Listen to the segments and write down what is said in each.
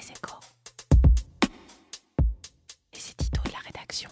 Les Échos. Les éditos et la rédaction.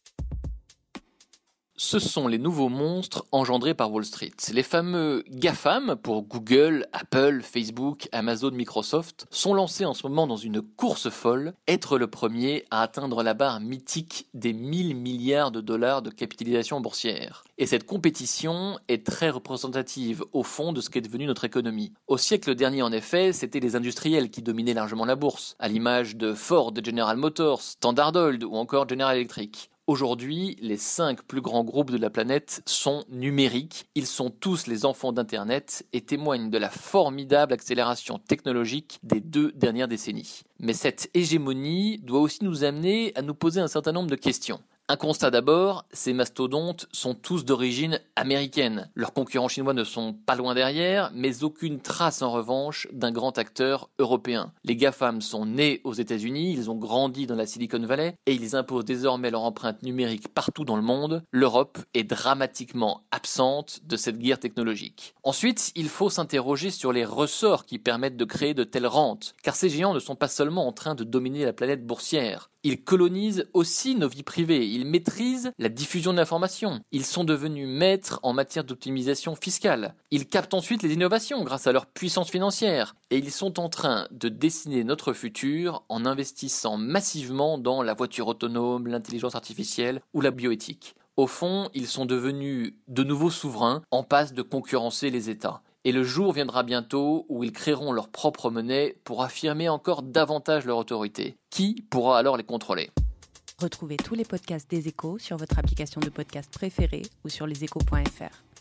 Ce sont les nouveaux monstres engendrés par Wall Street. Les fameux GAFAM, pour Google, Apple, Facebook, Amazon, Microsoft, sont lancés en ce moment dans une course folle, être le premier à atteindre la barre mythique des 1000 milliards de dollars de capitalisation boursière. Et cette compétition est très représentative, au fond, de ce qu'est devenu notre économie. Au siècle dernier, en effet, c'était les industriels qui dominaient largement la bourse, à l'image de Ford, General Motors, Standard Oil ou encore General Electric. Aujourd'hui, les 5 plus grands groupes de la planète sont numériques. Ils sont tous les enfants d'Internet et témoignent de la formidable accélération technologique des 2 dernières décennies. Mais cette hégémonie doit aussi nous amener à nous poser un certain nombre de questions. Un constat d'abord, ces mastodontes sont tous d'origine américaine. Leurs concurrents chinois ne sont pas loin derrière, mais aucune trace en revanche d'un grand acteur européen. Les GAFAM sont nés aux États-Unis, ils ont grandi dans la Silicon Valley et ils imposent désormais leur empreinte numérique partout dans le monde. L'Europe est dramatiquement absente de cette guerre technologique. Ensuite, il faut s'interroger sur les ressorts qui permettent de créer de telles rentes, car ces géants ne sont pas seulement en train de dominer la planète boursière. Ils colonisent aussi nos vies privées, ils maîtrisent la diffusion de l'information, ils sont devenus maîtres en matière d'optimisation fiscale, ils captent ensuite les innovations grâce à leur puissance financière, et ils sont en train de dessiner notre futur en investissant massivement dans la voiture autonome, l'intelligence artificielle ou la bioéthique. Au fond, ils sont devenus de nouveaux souverains en passe de concurrencer les États. Et le jour viendra bientôt où ils créeront leur propre monnaie pour affirmer encore davantage leur autorité. Qui pourra alors les contrôler ? Retrouvez tous les podcasts des Échos sur votre application de podcast préférée ou sur leséchos.fr.